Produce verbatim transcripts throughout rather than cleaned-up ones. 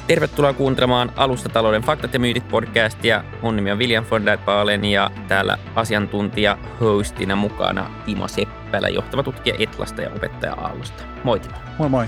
Tervetuloa kuuntelemaan Alustatalouden faktat ja myytit podcastia. Mun nimi on William von der Baalen ja täällä asiantuntija hostina mukana Timo Seppälä, johtava tutkija Etlasta ja opettaja Aallosta. Moi Timo. Moi moi.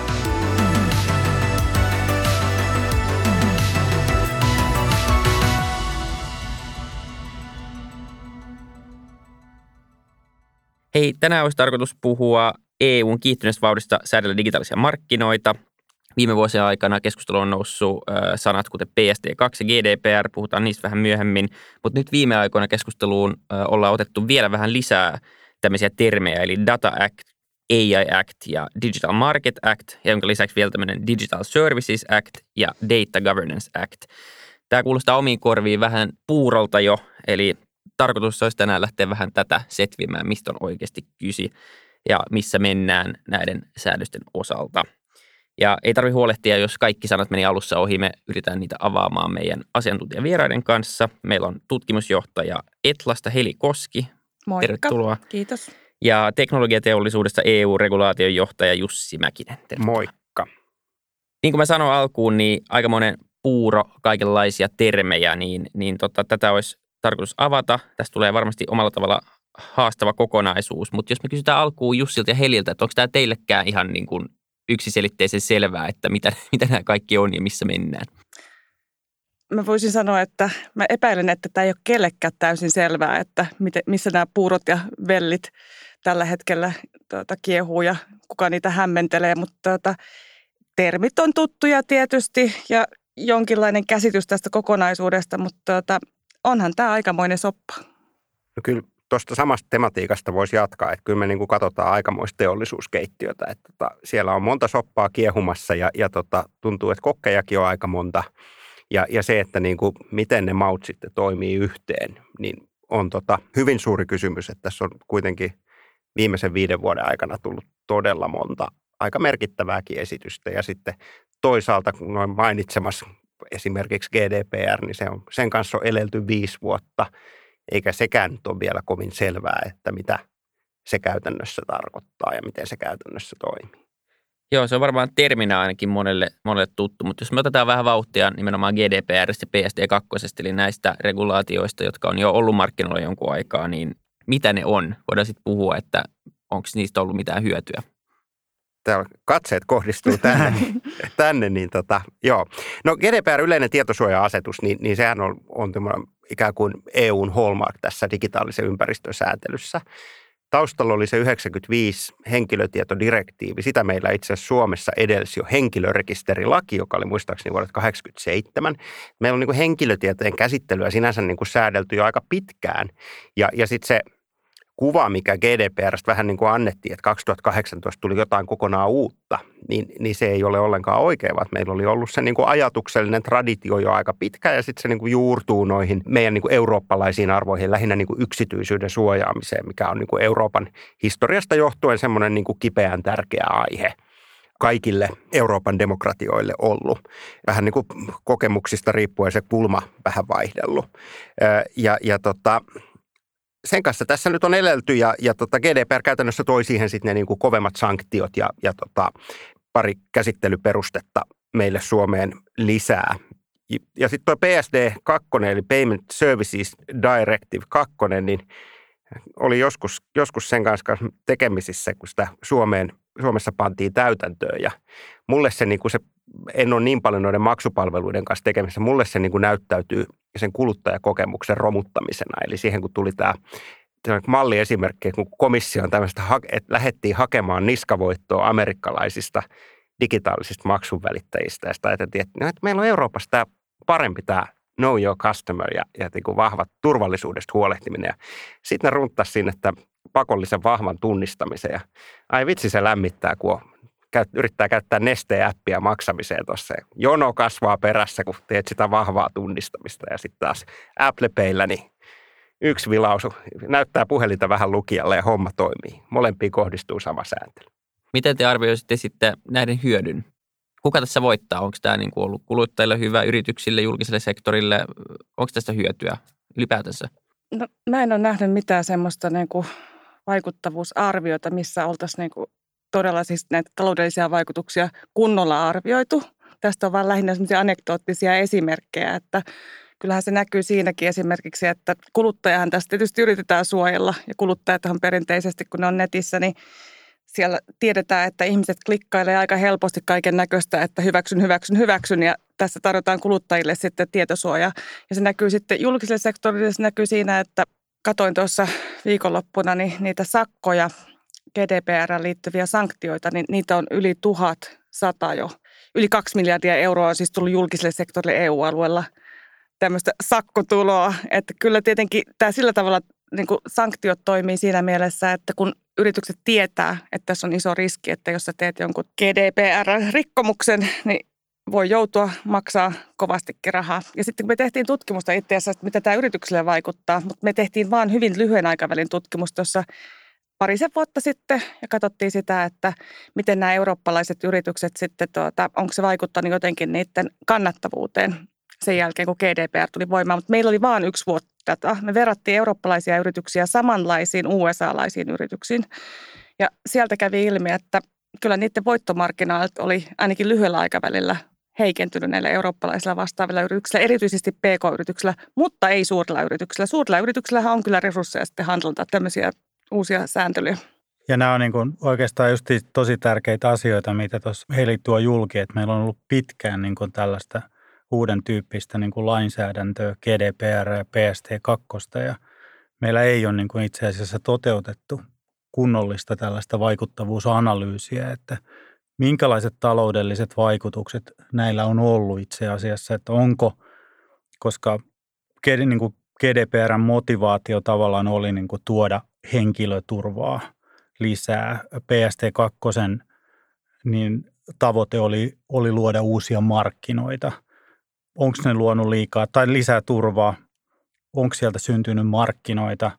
Hei, tänään olisi tarkoitus puhua E U:n kiihtyneestä vauhdista säädellä digitaalisia markkinoita. Viime vuosien aikana keskustelu on noussut äh, sanat kuten P S D kaksi ja G D P R, puhutaan niistä vähän myöhemmin, mutta nyt viime aikoina keskusteluun äh, ollaan otettu vielä vähän lisää tämmöisiä termejä, eli Data Act, A I Act ja Digital Market Act, ja jonka lisäksi vielä tämmöinen Digital Services Act ja Data Governance Act. Tämä kuulostaa omiin korviin vähän puurolta jo, eli tarkoitus olisi tänään lähteä vähän tätä setvimään, mistä on oikeasti kyse ja missä mennään näiden säädösten osalta. Ja ei tarvitse huolehtia, jos kaikki sanat meni alussa ohi, me yritetään niitä avaamaan meidän asiantuntijavieraiden kanssa. Meillä on tutkimusjohtaja Etlasta Heli Koski. Moikka. Tervetuloa. Kiitos. Ja teknologiateollisuudesta E U-regulaation johtaja Jussi Mäkinen. Tervetuloa. Moikka. Niin kuin mä sanoin alkuun, niin aikamoinen puuro kaikenlaisia termejä, niin, niin tota, tätä olisi tarkoitus avata. Tästä tulee varmasti omalla tavalla haastava kokonaisuus, mutta jos me kysytään alkuun Jussilta ja Heliltä, että onko tämä teillekään ihan niin kuin yksiselitteisen selvää, että mitä, mitä nämä kaikki on ja missä mennään? Mä voisin sanoa, että mä epäilen, että tämä ei ole kellekään täysin selvää, että miten, missä nämä puurot ja vellit tällä hetkellä tuota, kiehuu ja kuka niitä hämmentelee, mutta tuota, termit on tuttuja tietysti ja jonkinlainen käsitys tästä kokonaisuudesta, mutta tuota, onhan tämä aikamoinen soppa. No kyllä tuosta samasta tematiikasta voisi jatkaa, että kyllä me niin kuin katsotaan aikamoista teollisuuskeittiötä, että tota, siellä on monta soppaa kiehumassa ja, ja tota, tuntuu, että kokkejakin on aika monta. Ja, ja se, että niin kuin, miten ne maut sitten toimii yhteen, niin on tota, hyvin suuri kysymys, että tässä on kuitenkin viimeisen viiden vuoden aikana tullut todella monta aika merkittävääkin esitystä. Ja sitten toisaalta, kun noin mainitsemassa esimerkiksi G D P R, niin se on, sen kanssa on elelty viisi vuotta. Eikä sekään nyt ole vielä kovin selvää, että mitä se käytännössä tarkoittaa ja miten se käytännössä toimii. Joo, se on varmaan terminä ainakin monelle, monelle tuttu, mutta jos me otetaan vähän vauhtia nimenomaan G D P R:stä ja P S D kaksi, eli näistä regulaatioista, jotka on jo ollut markkinoilla jonkun aikaa, niin mitä ne on? Voidaan sitten puhua, että onko niistä ollut mitään hyötyä? Täällä katseet kohdistuu tänne, tänne niin tota, joo. No G D P R, yleinen tietosuoja-asetus, niin, niin sehän on, on ikään kuin E U:n hallmark tässä digitaalisen ympäristön sääntelyssä. Taustalla oli se yhdeksänkymmentäviisi henkilötietodirektiivi. Sitä meillä itse asiassa Suomessa edelsi jo henkilörekisterilaki, joka oli muistaakseni vuodet kahdeksankymmentäseitsemän. Meillä on niin kuin henkilötietojen käsittelyä sinänsä niin kuin säädelty jo aika pitkään. Ja, ja sitten se kuva, mikä G D P R:stä vähän niin kuin annettiin, että kaksituhattakahdeksantoista tuli jotain kokonaan uutta, niin, niin se ei ole ollenkaan oikein, vaan meillä oli ollut se niin kuin ajatuksellinen traditio jo aika pitkä ja sitten se niin kuin juurtuu noihin meidän niin kuin eurooppalaisiin arvoihin, lähinnä niin kuin yksityisyyden suojaamiseen, mikä on niin kuin Euroopan historiasta johtuen semmoinen niin kuin kipeän tärkeä aihe kaikille Euroopan demokratioille ollut. Vähän niin kuin kokemuksista riippuen se kulma vähän vaihdellut. Ja, ja tota... Sen kanssa tässä nyt on elelty ja, ja tota G D P R käytännössä toi siihen sitten ne niin kuin kovemmat sanktiot ja, ja tota pari käsittelyperustetta meille Suomeen lisää. Ja sitten tuo P S D kaksi eli Payment Services Directive kaksi, niin oli joskus, joskus sen kanssa tekemisissä, kun sitä Suomeen, Suomessa pantiin täytäntöön. Ja mulle se, niin kuin se, en ole niin paljon noiden maksupalveluiden kanssa tekemisissä, mulle se niin kuin näyttäytyy sen kuluttajakokemuksen romuttamisena. Eli siihen kun tuli tämä malliesimerkki, kun komissio on tämmöistä, että lähdettiin hakemaan niskavoittoa amerikkalaisista digitaalisista maksunvälittäjistä. Ja sitä ajateltiin, että, no, että meillä on Euroopassa tämä parempi tämä know your customer ja, ja niin kuin vahvat turvallisuudesta huolehtiminen. Sitten ne runttasi sinne että pakollisen vahvan tunnistamisen. Ja ai vitsi se lämmittää, kun on, käyt, yrittää käyttää Neste-äppiä maksamiseen tuossa. Jono kasvaa perässä, kun teet sitä vahvaa tunnistamista. Ja sitten taas Apple Payllä, niin yksi vilaus näyttää puhelinta vähän lukijalle ja homma toimii. Molempiin kohdistuu sama sääntely. Miten te arvioisitte sitten näiden hyödyn? Kuka tässä voittaa? Onko tämä niin kuin ollut kuluttajille hyvä, yrityksille, julkiselle sektorille? Onko tästä hyötyä ylipäätänsä? No, mä en ole nähnyt mitään semmoista niin kuin vaikuttavuusarviota, missä oltaisiin niin kuin todella siis näitä taloudellisia vaikutuksia kunnolla arvioitu. tästä on vain lähinnä sellaisia anekdoottisia esimerkkejä, että kyllähän se näkyy siinäkin esimerkiksi, että kuluttajahan tästä tietysti yritetään suojella ja kuluttajathan perinteisesti, kun ne on netissä, niin siellä tiedetään, että ihmiset klikkailee aika helposti kaiken näköistä, että hyväksyn, hyväksyn, hyväksyn ja tässä tarjotaan kuluttajille sitten tietosuoja. Ja se näkyy sitten julkiselle sektorille, se näkyy siinä, että katoin tuossa viikonloppuna niin niitä sakkoja, G D P R:ään liittyviä sanktioita, niin niitä on yli tuhat sata jo. Yli kaksi miljardia euroa on siis tullut julkiselle sektorille E U-alueella tämmöistä sakkotuloa. Että kyllä tietenkin tämä sillä tavalla niin kuin sanktiot toimii siinä mielessä, että kun yritykset tietää, että tässä on iso riski, että jos sä teet jonkun G D P R-rikkomuksen, niin voi joutua maksaa kovastikin rahaa. Ja sitten kun me tehtiin tutkimusta itse asiassa, että mitä tämä yritykselle vaikuttaa, mutta me tehtiin vaan hyvin lyhyen aikavälin tutkimusta tuossa parisen vuotta sitten ja katsottiin sitä, että miten nämä eurooppalaiset yritykset sitten, tuota, onko se vaikuttanut jotenkin niiden kannattavuuteen sen jälkeen, kun G D P R tuli voimaan. Mutta meillä oli vain yksi vuotta tätä. Me verrattiin eurooppalaisia yrityksiä samanlaisiin U S A-laisiin yrityksiin. Ja sieltä kävi ilmi, että kyllä niiden voittomarkkinaalit oli ainakin lyhyellä aikavälillä heikentynyt näillä eurooppalaisilla vastaavilla yrityksillä, erityisesti P K-yrityksillä, mutta ei suurilla yrityksillä. Suurilla yrityksillähän on kyllä resursseja sitten handlata tämmöisiä uusia sääntelyjä. Ja nämä on niin kuin oikeastaan just tosi tärkeitä asioita, mitä tuossa Heli tuo julki, että meillä on ollut pitkään niin kuin tällaista uuden tyyppistä niin kuin lainsäädäntöä, G D P R ja P S T kaksi, ja meillä ei ole niin kuin itse asiassa toteutettu kunnollista tällaista vaikuttavuusanalyysiä, että minkälaiset taloudelliset vaikutukset näillä on ollut itse asiassa, että onko, koska niin kuin G D P R:n motivaatio tavallaan oli niin kuin tuoda henkilöturvaa lisää. P S T kaksi niin tavoite oli, oli luoda uusia markkinoita. Onko ne luonut liikaa tai lisää turvaa? Onko sieltä syntynyt markkinoita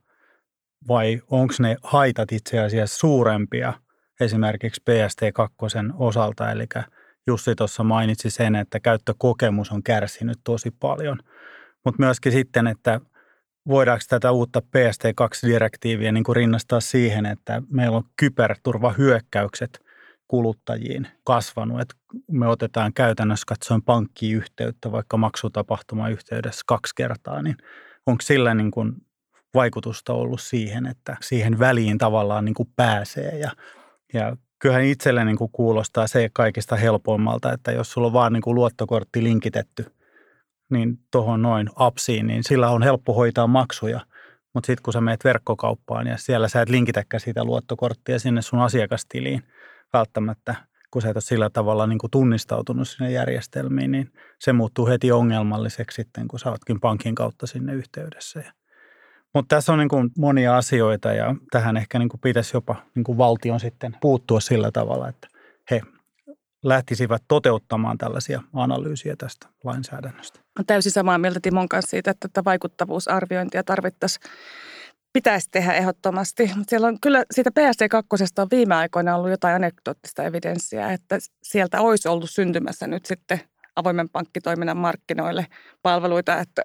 vai onko ne haitat itse asiassa suurempia esimerkiksi P S T kaksi osalta? Eli Jussi tuossa mainitsi sen, että käyttökokemus on kärsinyt tosi paljon, mutta myöskin sitten, että voidaanko tätä uutta P S T kaksi-direktiiviä niin kuin rinnastaa siihen, että meillä on kyberturvahyökkäykset kuluttajiin kasvanut, että me otetaan käytännössä katsoen pankkiin yhteyttä vaikka maksutapahtuman yhteydessä kaksi kertaa, niin onko sillä niin kuin vaikutusta ollut siihen, että siihen väliin tavallaan niin kuin pääsee ja, ja kyllähän itselle niin kuin kuulostaa se kaikista helpoimmalta, että jos sulla on vaan niin kuin luottokortti linkitetty niin tuohon noin appsiin, niin sillä on helppo hoitaa maksuja. Mutta sitten kun sä meet verkkokauppaan ja siellä sä et linkitäkään sitä luottokorttia sinne sun asiakastiliin välttämättä, kun sä et ole sillä tavalla niin kuin tunnistautunut sinne järjestelmiin, niin se muuttuu heti ongelmalliseksi sitten, kun sä ootkin pankin kautta sinne yhteydessä. Mutta tässä on niin kuin monia asioita ja tähän ehkä niin kuin pitäisi jopa niin kuin valtion sitten puuttua sillä tavalla, että he lähtisivät toteuttamaan tällaisia analyysiä tästä lainsäädännöstä. Olen täysin samaa mieltä Timon kanssa siitä, että tätä vaikuttavuusarviointia tarvittaisiin, pitäisi tehdä ehdottomasti. Mutta siellä on kyllä siitä P S T kaksi on viime aikoina ollut jotain anekdoottista evidenssiä, että sieltä olisi ollut syntymässä nyt sitten avoimen pankkitoiminnan markkinoille palveluita, että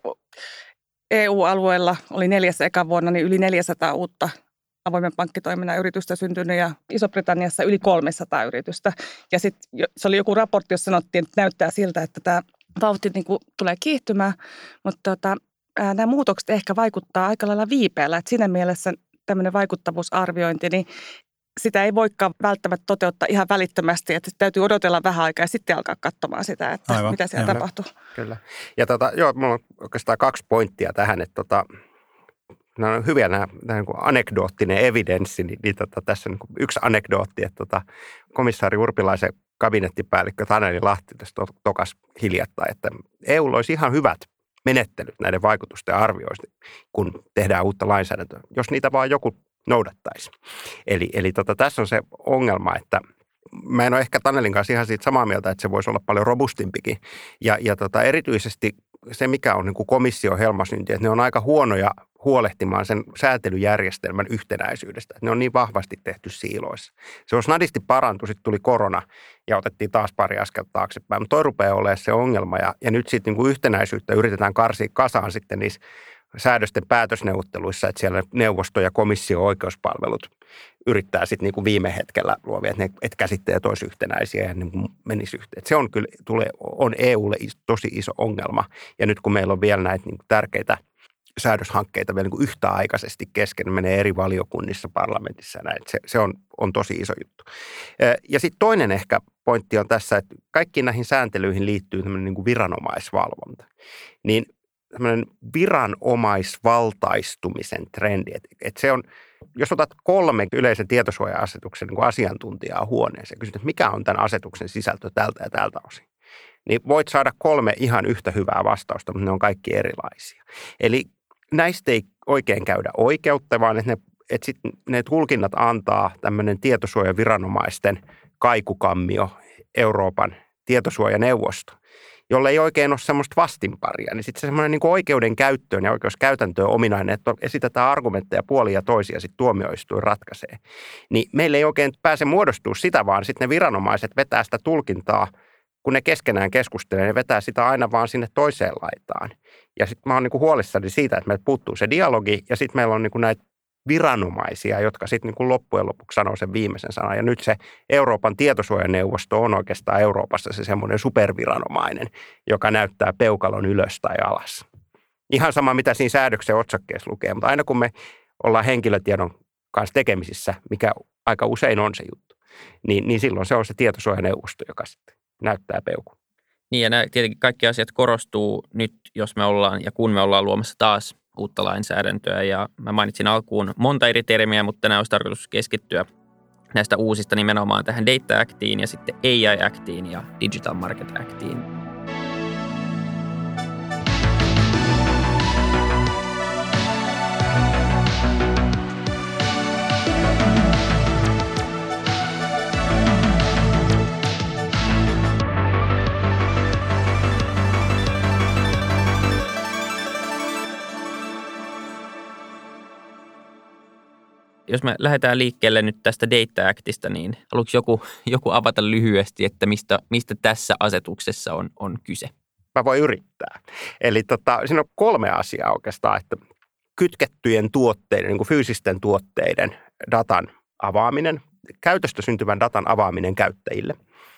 E U-alueella oli neljässä ekan vuonna niin yli neljäsataa uutta avoimen pankkitoiminnan yritystä syntynyt ja Iso-Britanniassa yli kolmesataa yritystä. Ja sitten se oli joku raportti, jossa sanottiin, että näyttää siltä, että tämä vauhti niin kuin tulee kiihtymään, mutta tota, ää, nämä muutokset ehkä vaikuttaa aika lailla viipeällä. Et siinä mielessä tämmöinen vaikuttavuusarviointi, niin sitä ei voikaan välttämättä toteuttaa ihan välittömästi, että täytyy odotella vähän aikaa ja sitten alkaa katsomaan sitä, että aivan, mitä siellä kyllä tapahtuu. Kyllä. Ja tota, joo, mulla on oikeastaan kaksi pointtia tähän, että tota, nämä on hyviä nämä, nämä niin kuin anekdoottinen evidenssi, niin, niin tota, tässä on niin yksi anekdootti, että tota, komissaari Urpilaisen kabinettipäällikkö Taneli Lahti tässä to, tokas hiljattain, että E U:lla olisi ihan hyvät menettelyt näiden vaikutusten arvioista, kun tehdään uutta lainsäädäntöä, jos niitä vaan joku noudattaisi. Eli, eli tota, tässä on se ongelma, että mä en ole ehkä Tanelin kanssa ihan siitä samaa mieltä, että se voisi olla paljon robustimpikin. Ja, ja tota, erityisesti se, mikä on niin kuin komission helmasynti, että ne on aika huonoja huolehtimaan sen säätelyjärjestelmän yhtenäisyydestä. Ne on niin vahvasti tehty siiloissa. Se olisi nadisti parantui, sitten tuli korona ja otettiin taas pari askelta taaksepäin. Mutta toi rupeaa olemaan se ongelma ja, ja nyt sitten niin kuin yhtenäisyyttä yritetään karsia kasaan sitten niissä säädösten päätösneuvotteluissa, että siellä neuvosto ja komissio oikeuspalvelut yrittää sitten niin kuin viime hetkellä luovia, että, ne, että käsitteet olisi yhtenäisiä ja niin menisi yhteen. Että se on kyllä tulee, on E U:lle tosi iso ongelma. Ja nyt kun meillä on vielä näitä niin kuin tärkeitä säädöshankkeita vielä niin kuin yhtäaikaisesti kesken, menee eri valiokunnissa, parlamentissa ja näin. Se, se on, on tosi iso juttu. Ja sitten toinen ehkä pointti on tässä, että kaikkiin näihin sääntelyihin liittyy tämmöinen niin kuin viranomaisvalvonta. Niin tämmöinen viranomaisvaltaistumisen trendi, että et se on, jos otat kolme yleisen tietosuoja-asetuksen niin kuin asiantuntijaa huoneeseen, kysyt, että mikä on tämän asetuksen sisältö tältä ja tältä osin, niin voit saada kolme ihan yhtä hyvää vastausta, mutta ne on kaikki erilaisia. Eli näistä ei oikein käydä oikeutta, vaan että ne, että sit ne tulkinnat antaa tämmöinen tietosuojaviranomaisten kaikukammio Euroopan tietosuojaneuvosto, jolle ei oikein ole semmoista vastinparia. Niin sitten se semmoinen niin kuin oikeudenkäyttöön ja oikeuskäytäntöön ominainen, että esitetään argumentteja puolia ja toisia, sitten tuomioistuin ratkaisee. Niin meillä ei oikein pääse muodostua sitä, vaan sitten ne viranomaiset vetää sitä tulkintaa, kun ne keskenään keskustelee, ne vetää sitä aina vaan sinne toiseen laitaan. Ja sitten mä oon niinku huolissani siitä, että meiltä puuttuu se dialogi ja sitten meillä on niinku näitä viranomaisia, jotka sitten niinku loppujen lopuksi sanoo sen viimeisen sanan. Ja nyt se Euroopan tietosuojaneuvosto on oikeastaan Euroopassa se semmoinen superviranomainen, joka näyttää peukalon ylös tai alas. Ihan sama, mitä siinä säädöksen otsakkeessa lukee, mutta aina kun me ollaan henkilötiedon kanssa tekemisissä, mikä aika usein on se juttu, niin, niin silloin se on se tietosuojaneuvosto, joka sitten näyttää peukun. Niin ja nämä, tietenkin kaikki asiat korostuu nyt, jos me ollaan ja kun me ollaan luomassa taas uutta lainsäädäntöä. Ja mä mainitsin alkuun monta eri termiä, mutta nämä olisi tarkoitus keskittyä näistä uusista nimenomaan tähän Data Actiin ja sitten A I Actiin ja Digital Market Actiin. Jos me lähdetään liikkeelle nyt tästä Data Actista, niin haluatko joku, joku avata lyhyesti, että mistä, mistä tässä asetuksessa on, on kyse? Mä voin yrittää. Eli tota, siinä on kolme asiaa oikeastaan, että kytkettyjen tuotteiden, niin kuin fyysisten tuotteiden datan avaaminen, käytöstä syntyvän datan avaaminen käyttäjille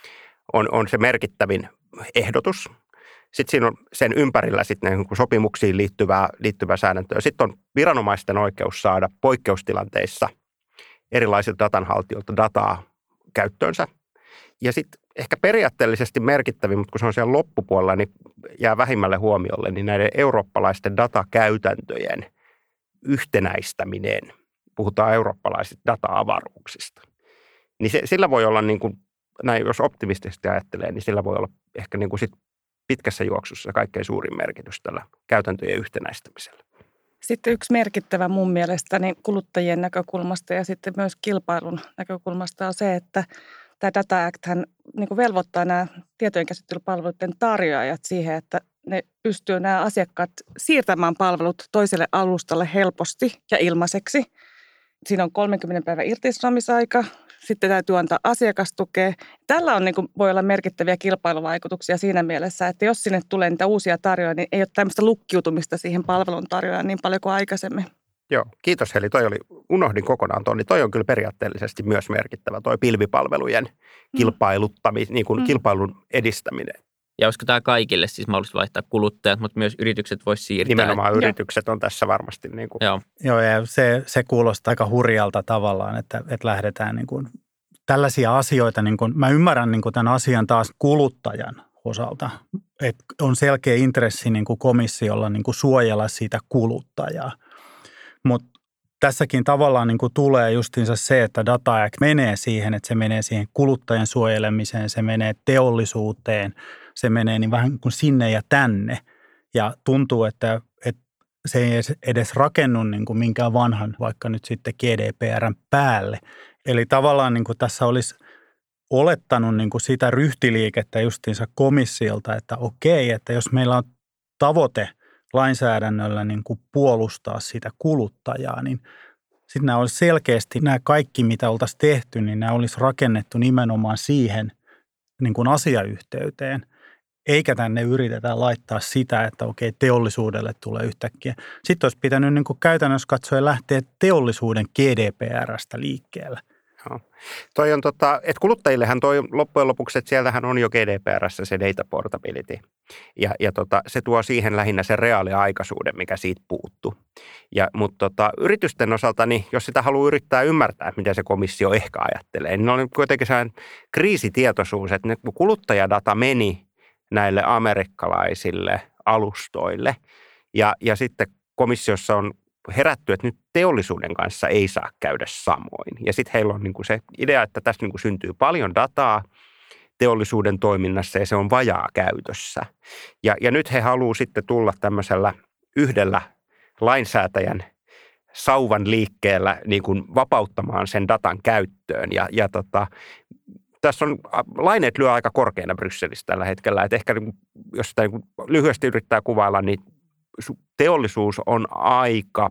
on, on se merkittävin ehdotus. Sitten siinä on sen ympärillä sitten niin kuin sopimuksiin liittyvää, liittyvää säädäntöä. Sitten on viranomaisten oikeus saada poikkeustilanteissa erilaisilta datanhaltijoilta dataa käyttöönsä. Ja sitten ehkä periaatteellisesti merkittävin, mutta kun se on siellä loppupuolella, niin jää vähimmälle huomiolle, niin näiden eurooppalaisten datakäytäntöjen yhtenäistäminen. Puhutaan eurooppalaisista data-avaruuksista. Niin se, sillä voi olla, niin kuin, näin jos optimistisesti ajattelee, niin sillä voi olla ehkä niin kuin sit pitkässä juoksussa kaikkein suurin merkitys tällä käytäntöjen yhtenäistämisellä. Sitten yksi merkittävä mun mielestä niin kuluttajien näkökulmasta ja sitten myös kilpailun näkökulmasta on se, että tämä Data Acthän niin kuin velvoittaa nämä tietojenkäsittelypalveluiden tarjoajat siihen, että ne pystyy nämä asiakkaat siirtämään palvelut toiselle alustalle helposti ja ilmaiseksi. Siinä on kolmenkymmenen päivän irtisanomisaika. Sitten täytyy antaa asiakastukea. Tällä on, niin kuin, voi olla merkittäviä kilpailuvaikutuksia siinä mielessä, että jos sinne tulee niitä uusia tarjoajia, niin ei ole tämmöistä lukkiutumista siihen palvelun tarjoajaan niin paljon kuin aikaisemmin. Joo, kiitos Heli. Toi oli, unohdin kokonaan tuon, niin toi on kyllä periaatteellisesti myös merkittävä, toi pilvipalvelujen kilpailuttaminen, niin kuin mm. kilpailun edistäminen. Ja olisiko tämä kaikille siis mahdollista vaihtaa kuluttajat, mutta myös yritykset voisi siirtää? Nimenomaan että yritykset on tässä varmasti. Niin kuin. Joo. Joo, ja se, se kuulostaa aika hurjalta tavallaan, että, että lähdetään niin kuin tällaisia asioita. Niin kuin, mä ymmärrän niin kuin tämän asian taas kuluttajan osalta, että on selkeä intressi niin kuin komissiolla niin kuin suojella siitä kuluttajaa. Mutta tässäkin tavallaan niin kuin tulee justiinsa se, että Data Act menee siihen, että se menee siihen kuluttajan suojelemiseen, se menee teollisuuteen, se menee niin vähän kuin sinne ja tänne. Ja tuntuu, että, että se ei edes rakennu niin kuin minkään vanhan, vaikka nyt sitten G D P R:n päälle. Eli tavallaan niin kuin tässä olisi olettanut niin kuin sitä ryhtiliikettä justiinsa komissiolta, että okei, että jos meillä on tavoite lainsäädännöllä niin kuin puolustaa sitä kuluttajaa, niin sitten nämä olisi selkeästi, nämä kaikki mitä oltaisiin tehty, niin nämä olisi rakennettu nimenomaan siihen niin kuin asiayhteyteen, eikä tänne yritetä laittaa sitä, että okei, teollisuudelle tulee yhtäkkiä. Sitten olisi pitänyt niin kuin käytännössä katsoen lähteä teollisuuden G D P R:stä liikkeelle. Joo. Toi on tota, että kuluttajillehan toi loppujen lopuksi, että sieltähän on jo G D P R:ssä se data portability. Ja, ja tota, se tuo siihen lähinnä sen reaaliaikaisuuden, mikä siitä puuttuu. Ja, mutta tota, yritysten osalta, niin jos sitä haluaa yrittää ymmärtää, mitä se komissio ehkä ajattelee, niin on kuitenkin sellainen kriisitietoisuus, että ne kuluttajadata meni näille amerikkalaisille alustoille. Ja, ja sitten komissiossa on herätty, että nyt teollisuuden kanssa ei saa käydä samoin. Ja sitten heillä on niinku se idea, että tässä niinku syntyy paljon dataa teollisuuden toiminnassa ja se on vajaa käytössä. Ja, ja nyt he haluavat sitten tulla tämmöisellä yhdellä lainsäätäjän sauvan liikkeellä niin kuin vapauttamaan sen datan käyttöön. Ja, ja tota, tässä on laineet lyö aika korkeana Brysselissä tällä hetkellä. Että ehkä jos sitä niin lyhyesti yrittää kuvailla, niin teollisuus on aika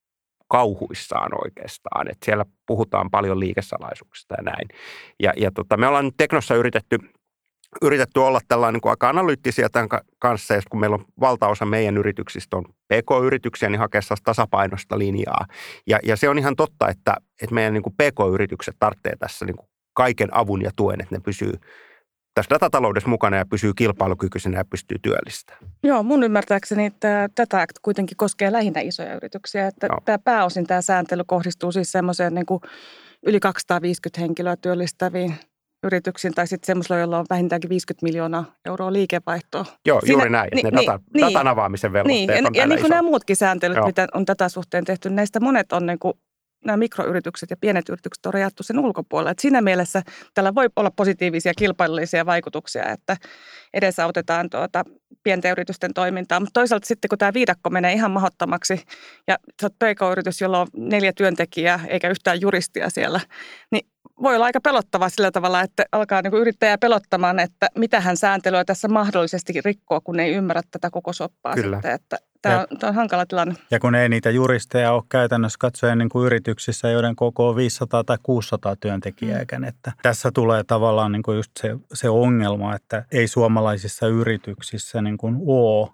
kauhuissaan oikeastaan, että siellä puhutaan paljon liikesalaisuuksista ja näin. Ja, ja tota, me ollaan nyt Teknossa yritetty, yritetty olla tällainen niin kuin aika analyyttisiä tämän kanssa, ja kun meillä on valtaosa meidän yrityksistä on P K-yrityksiä, niin hakea tasapainosta linjaa. Ja, ja se on ihan totta, että, että meidän niin kuin P K-yritykset tarvitsee tässä niin kuin kaiken avun ja tuen, että ne pysyy tässä datataloudessa mukana ja pysyy kilpailukykyisenä ja pystyy työllistämään. Joo, mun ymmärtääkseni tämä Data Act kuitenkin koskee lähinnä isoja yrityksiä. Että tämä pääosin tämä sääntely kohdistuu siis semmoiseen niin kuin yli kaksisataaviisikymmentä henkilöä työllistäviin yrityksiin tai sitten semmoisilla, joilla on vähintäänkin viisikymmentä miljoonaa euroa liikevaihtoa. Joo, Siinä, juuri näin. Niin, ne data, niin, datan avaamisen velvoitteet niin, on ja, ja niin kuin iso. nämä muutkin sääntelyt, Joo. mitä on tätä suhteen tehty, näistä monet on niin kuin nämä mikroyritykset ja pienet yritykset on rajattu sen ulkopuolelle. Et siinä mielessä tällä voi olla positiivisia kilpailullisia vaikutuksia, että edesautetaan tuota pienten yritysten toimintaa. Mutta toisaalta sitten, kun tämä viidakko menee ihan mahdottomaksi ja sä oot P K-yritys, jolla on neljä työntekijää eikä yhtään juristia siellä, niin voi olla aika pelottavaa sillä tavalla, että alkaa niin kuin yrittäjä pelottamaan, että mitähän sääntelyä tässä mahdollisesti rikkoo, kun ei ymmärrä tätä koko soppaa. Kyllä. Sitten, että tämä on, tämä on hankala tilanne. Ja kun ei niitä juristeja ole käytännössä katsoen niin kuin yrityksissä, joiden koko on viisisataa tai kuusisataa työntekijääkään. Mm. Että tässä tulee tavallaan niin kuin just se, se ongelma, että ei suomalaisissa yrityksissä niin kuin ole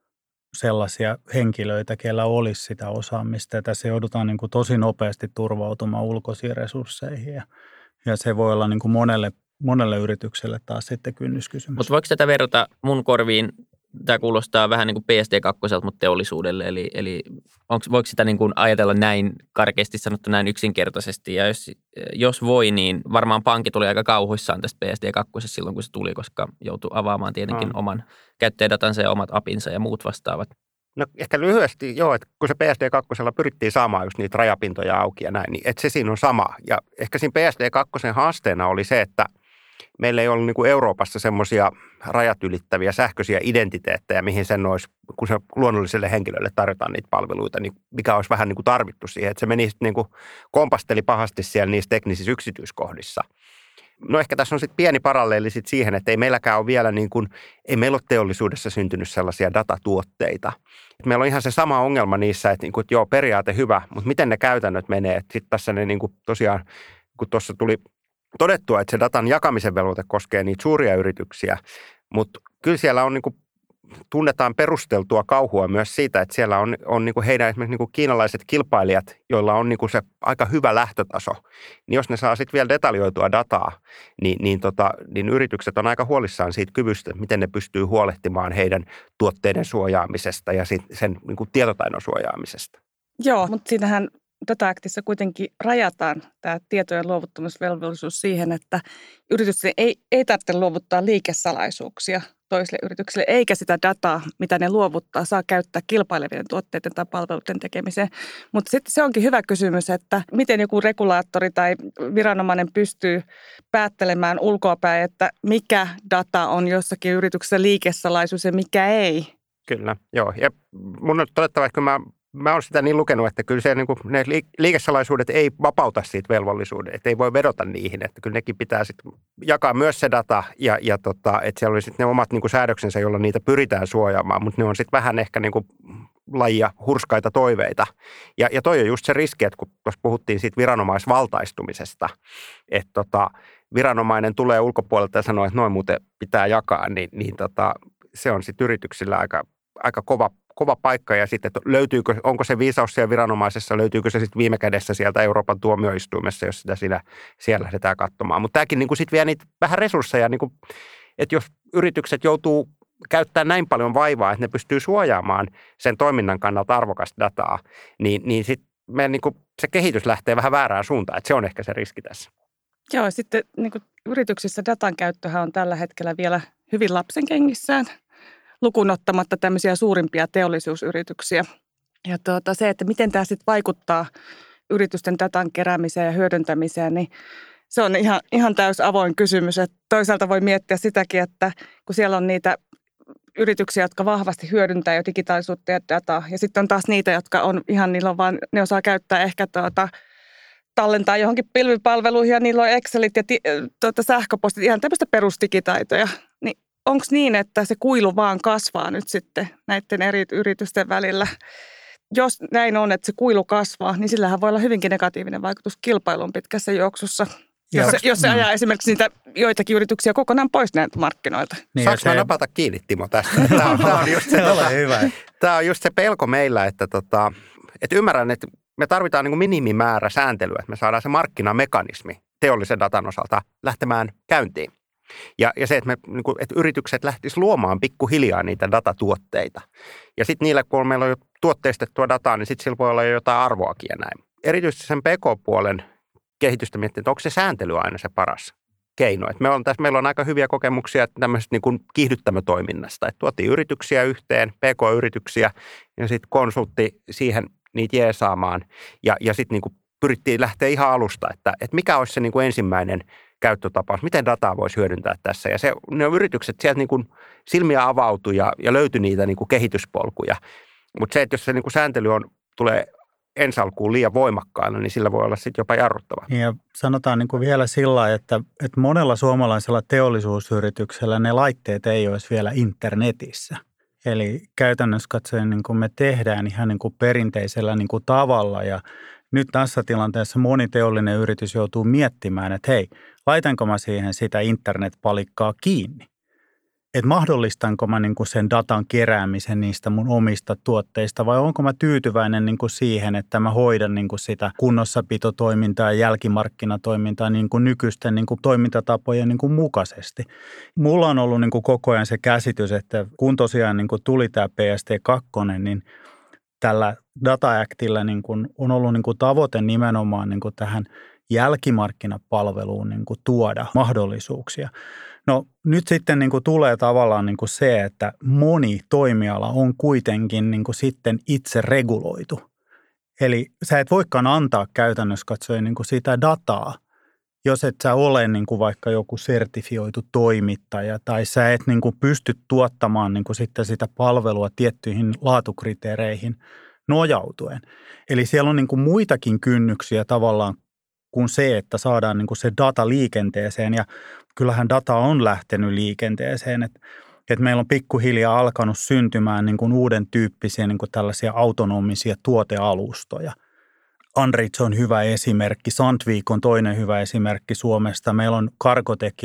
sellaisia henkilöitä, kellä olisi sitä osaamista. Ja tässä joudutaan niin kuin tosi nopeasti turvautumaan ulkoisiin resursseihin ja, ja se voi olla niin kuin monelle, monelle yritykselle taas sitten kynnyskysymys. Mutta voiko tätä verrata mun korviin? Tämä kuulostaa vähän niin kuin P S D kaksi, mutta teollisuudelle. Eli, eli onko, voiko sitä niin kuin ajatella näin karkeasti sanottu näin yksinkertaisesti? Ja jos, jos voi, niin varmaan pankki tuli aika kauhuissaan tästä P S D kaksi silloin, kun se tuli, koska joutui avaamaan tietenkin no. oman käyttäjädatansa ja omat apinsa ja muut vastaavat. No ehkä lyhyesti, joo, että kun se P S D kaksi pyrittiin saamaan just niitä rajapintoja auki ja näin, niin että se siinä on sama. Ja ehkä siinä P S D kaksi haasteena oli se, että meillä ei ollut niin kuin Euroopassa semmoisia rajat ylittäviä sähköisiä identiteettejä, mihin sen olisi, kun se luonnolliselle henkilölle tarjotaan niitä palveluita, niin mikä olisi vähän niin kuin tarvittu siihen. Että se meni niin kuin kompasteli pahasti siellä niissä teknisissä yksityiskohdissa. No ehkä tässä on sitten pieni paralleeli sit siihen, että ei meilläkään ole vielä niin kuin, ei meillä ole teollisuudessa syntynyt sellaisia datatuotteita. Et meillä on ihan se sama ongelma niissä, että, niin kuin, että joo, periaate hyvä, mutta miten ne käytännöt menee. Sitten tässä ne niin kuin tosiaan, kun tuossa tuli todettua, että se datan jakamisen velvoite koskee niitä suuria yrityksiä, mutta kyllä siellä on niin kuin, tunnetaan perusteltua kauhua myös siitä, että siellä on, on niin kuin heidän esimerkiksi niin kuin kiinalaiset kilpailijat, joilla on niin kuin se aika hyvä lähtötaso, niin jos ne saa sitten vielä detaljoitua dataa, niin, niin, tota, niin yritykset on aika huolissaan siitä kyvystä, miten ne pystyy huolehtimaan heidän tuotteiden suojaamisesta ja sit sen niin kuin tietotaidon suojaamisesta. Joo, mutta siinähän Data Actissa kuitenkin rajataan tämä tietojen luovuttamisvelvollisuus siihen, että yritysten ei, ei tarvitse luovuttaa liikesalaisuuksia toisille yrityksille, eikä sitä dataa, mitä ne luovuttaa, saa käyttää kilpailevien tuotteiden tai palveluiden tekemiseen. Mutta sitten se onkin hyvä kysymys, että miten joku regulaattori tai viranomainen pystyy päättelemään ulkoapäin, että mikä data on jossakin yrityksessä liikesalaisuus ja mikä ei. Kyllä, joo. Ja mun on todettava, että kun mä Mä oon sitä niin lukenut, että kyllä se, niin kuin, ne liikesalaisuudet ei vapauta siitä velvollisuuden, että ei voi vedota niihin, että kyllä nekin pitää sitten jakaa myös se data ja, ja tota, että siellä oli sitten ne omat niin kuin säädöksensä, joilla niitä pyritään suojaamaan, mutta ne on sitten vähän ehkä niin kuin lajia hurskaita toiveita. Ja, ja toi on just se riski, että kun tuossa puhuttiin siitä viranomaisvaltaistumisesta, että tota, viranomainen tulee ulkopuolelta ja sanoo, että noin muuten pitää jakaa, niin, niin tota, se on sitten yrityksillä aika, aika kova, kova paikka. Ja sitten, että löytyykö, onko se viisaus siellä viranomaisessa, löytyykö se sitten viime kädessä sieltä Euroopan tuomioistuimessa, jos sitä siinä, siellä lähdetään katsomaan. Mutta tämäkin niin sitten vie niitä vähän resursseja, niin kuin, että jos yritykset joutuu käyttää näin paljon vaivaa, että ne pystyy suojaamaan sen toiminnan kannalta arvokasta dataa, niin, niin sitten meidän niin kuin se kehitys lähtee vähän väärään suuntaan, että se on ehkä se riski tässä. Joo, sitten niin kuin yrityksissä datan käyttöhän on tällä hetkellä vielä hyvin lapsenkengissään, lukuun ottamatta tämmöisiä suurimpia teollisuusyrityksiä. Ja tuota, se, että miten tämä sitten vaikuttaa yritysten datan keräämiseen ja hyödyntämiseen, niin se on ihan, ihan täys avoin kysymys. Että toisaalta voi miettiä sitäkin, että kun siellä on niitä yrityksiä, jotka vahvasti hyödyntää jo digitaalisuutta ja dataa. Ja sitten on taas niitä, jotka on ihan, niillä on vaan, ne osaa käyttää ehkä tuota, tallentaa johonkin pilvipalveluihin ja niillä on Excelit ja ti, tuota, sähköpostit, ihan tämmöistä perusdigitaitoja. Niin onko niin, että se kuilu vaan kasvaa nyt sitten näiden eri yritysten välillä? Jos näin on, että se kuilu kasvaa, niin sillähän voi olla hyvinkin negatiivinen vaikutus kilpailuun pitkässä juoksussa. Jos se, jos se ajaa esimerkiksi niitä joitakin yrityksiä kokonaan pois näiltä markkinoilta. Niin, Saanko mä se... napata kiinni, Timo, tästä? Tämä on, tämä on, just, se, tota, tämä on just se pelko meillä, että, tota, että ymmärrän, että me tarvitaan niin kuin minimimäärä sääntelyä, että me saadaan se markkinamekanismi teollisen datan osalta lähtemään käyntiin. Ja, ja se, että, me, niin kuin, että yritykset lähtisivät luomaan pikkuhiljaa niitä datatuotteita. Ja sitten niillä, kun meillä on jo tuotteistettua dataa, niin sitten sillä voi olla jo jotain arvoakin ja näin. Erityisesti sen P K-puolen kehitystä miettii, että onko se sääntely aina se paras keino. Että me on tässä, meillä on aika hyviä kokemuksia tämmöisestä niin kuin kiihdyttämötoiminnasta, että tuotiin yrityksiä yhteen, P K-yrityksiä, ja sitten konsultti siihen niitä jeesaamaan, ja, ja sitten niin kuin pyrittiin lähteä ihan alusta, että, että mikä olisi se niin kuin ensimmäinen käyttötapaus, miten dataa voisi hyödyntää tässä. Ja se, ne yritykset sieltä niin kuin silmiä avautui ja, ja löytyi niitä niin kuin kehityspolkuja. Mutta se, että jos se niin kuin sääntely on, tulee ensi alkuun liian voimakkaana, niin sillä voi olla sitten jopa jarruttava. Ja sanotaan niin kuin vielä sillä lailla, että, että monella suomalaisella teollisuusyrityksellä ne laitteet ei olisi vielä internetissä. Eli käytännössä katsoen niin kuin me tehdään ihan niin kuin perinteisellä niin kuin tavalla ja nyt tässä tilanteessa moni teollinen yritys joutuu miettimään, että hei, laitanko mä siihen sitä internetpalikkaa kiinni? Että mahdollistanko mä niin kuin sen datan keräämisen niistä mun omista tuotteista vai onko mä tyytyväinen niin kuin siihen, että mä hoidan niin kuin sitä kunnossapitotoimintaa ja jälkimarkkinatoimintaa niin kuin nykyisten niin kuin toimintatapojen niin kuin mukaisesti. Mulla on ollut niin kuin koko ajan se käsitys, että kun tosiaan niin kuin tuli tämä P S T kaksi, niin tällä Data Actillä niin kuin on ollut niin kuin tavoite nimenomaan niin kuin tähän jälkimarkkinapalveluun niin kuin tuoda mahdollisuuksia. No nyt sitten niin kuin tulee tavallaan niin kuin se, että moni toimiala on kuitenkin niin kuin sitten itse reguloitu. Eli sä et voikaan antaa käytännössä katsoen niin kuin sitä dataa, jos et sä ole niin kuin vaikka joku sertifioitu toimittaja tai sä et niin kuin pysty tuottamaan niin kuin sitten sitä palvelua tiettyihin laatukriteereihin nojautuen. Eli siellä on niin kuin muitakin kynnyksiä tavallaan kuin se, että saadaan niin kuin se data liikenteeseen ja kyllähän data on lähtenyt liikenteeseen, että, että meillä on pikkuhiljaa alkanut syntymään niin kuin uuden tyyppisiä niin kuin tällaisia autonomisia tuotealustoja. Andritz on hyvä esimerkki, Sandvik on toinen hyvä esimerkki Suomesta. Meillä on Cargotec,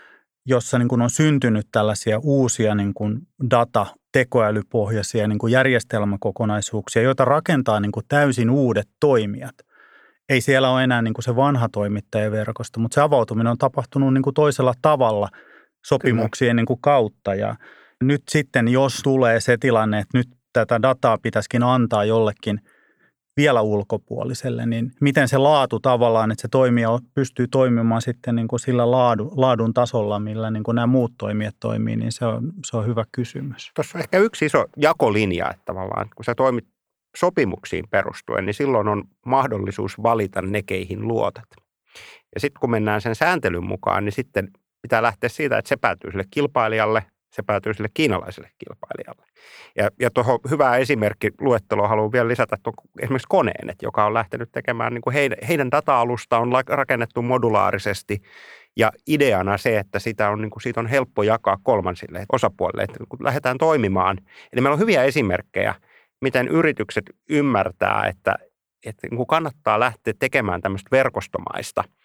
jossa niin kuin on syntynyt tällaisia uusia niin kuin data, tekoälypohjaisia niin kuin järjestelmäkokonaisuuksia, joita rakentaa niin kuin täysin uudet toimijat. Ei siellä ole enää niin kuin se vanha toimittajaverkosto, mutta se avautuminen on tapahtunut niin kuin toisella tavalla sopimuksien niin kuin kautta. Ja nyt sitten, jos tulee se tilanne, että nyt tätä dataa pitäisikin antaa jollekin vielä ulkopuoliselle, niin miten se laatu tavallaan, että se toimija pystyy toimimaan sitten niin kuin sillä laadun, laadun tasolla, millä niin kuin nämä muut toimijat toimii, niin se on, se on hyvä kysymys. Tuossa on ehkä yksi iso jakolinja, että tavallaan kun sä toimit sopimuksiin perustuen, niin silloin on mahdollisuus valita ne, keihin luotat. Ja sitten kun mennään sen sääntelyn mukaan, niin sitten pitää lähteä siitä, että se päätyy sille kilpailijalle, se päätyy sille kiinalaiselle kilpailijalle. Ja, ja tuohon hyvää esimerkkiluetteloa haluan vielä lisätä esimerkiksi Koneen, joka on lähtenyt tekemään, niin kuin heidän, heidän data-alusta on rakennettu modulaarisesti ja ideana se, että sitä on, niin kuin, siitä on helppo jakaa kolmansille osapuolille, että kun lähdetään toimimaan. Eli meillä on hyviä esimerkkejä, miten yritykset ymmärtää, että, että niin kuin kannattaa lähteä tekemään tämmöistä verkostomaista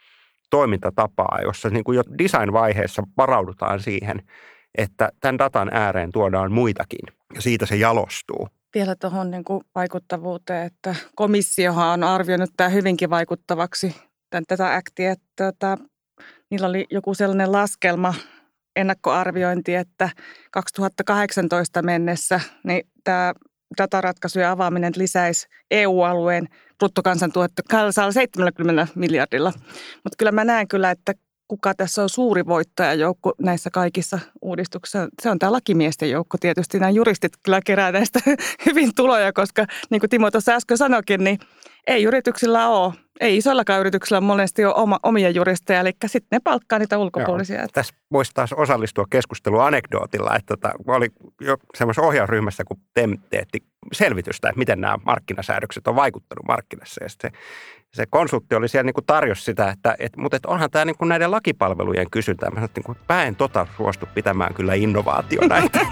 toimintatapaa, jossa niin kuin jo design-vaiheessa varaudutaan siihen, että tämän datan ääreen tuodaan muitakin ja siitä se jalostuu. Vielä tuohon niin kuin vaikuttavuuteen, että komissiohan on arvioinut tämä hyvinkin vaikuttavaksi tämän, tätä aktia, että tota, niillä oli joku sellainen laskelma, ennakkoarviointi, että kaksituhattakahdeksantoista mennessä niin tämä dataratkaisujen avaaminen lisäisi E U-alueen bruttokansantuotetta seitsemänkymmentä miljardilla. Mutta kyllä mä näen kyllä, että kuka tässä on suuri voittajajoukko näissä kaikissa uudistuksissa. Se on tämä lakimiesten joukko tietysti. Nämä juristit kyllä kerää näistä hyvin tuloja, koska niin kuin Timo tuossa äsken sanoikin, niin ei yrityksillä ole. Ei isollakaan yrityksillä monesti ole oma, omia juristeja, eli sitten ne palkkaa niitä ulkopuolisia. Joo, tässä voisi taas osallistua keskusteluun anekdootilla, että tota, oli jo semmoisessa ohjausryhmässä, kun T E M teetti selvitystä, että miten nämä markkinasäädökset on vaikuttanut markkinassa. Ja se, se konsultti oli siellä niin kuin tarjosi sitä, että, että, mutta että onhan tämä niin kuin näiden lakipalvelujen kysyntää. Mä sanoin, että mä en tota suostu pitämään kyllä innovaationa.